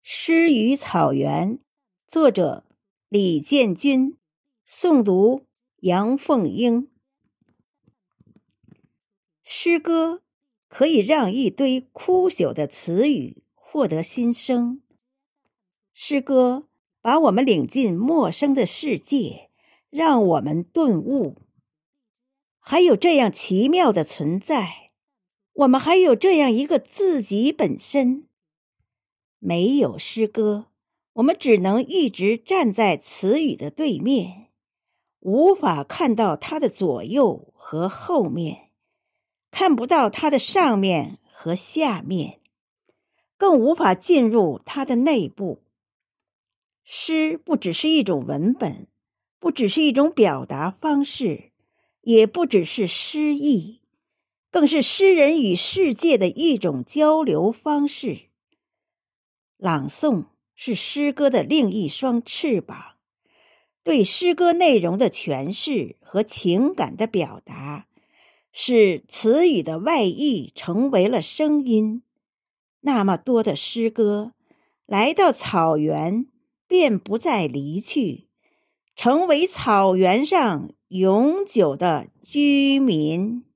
诗与草原，作者李建军，诵读杨凤英。诗歌可以让一堆枯朽的词语获得新生，诗歌把我们领进陌生的世界，让我们顿悟。还有这样奇妙的存在，我们还有这样一个自己本身。没有诗歌，我们只能一直站在词语的对面，无法看到它的左右和后面，看不到它的上面和下面，更无法进入它的内部。诗不只是一种文本，不只是一种表达方式，也不只是诗意，更是诗人与世界的一种交流方式。朗诵是诗歌的另一双翅膀，对诗歌内容的诠释和情感的表达，使词语的外溢成为了声音。那么多的诗歌来到草原，便不再离去，成为草原上永久的居民。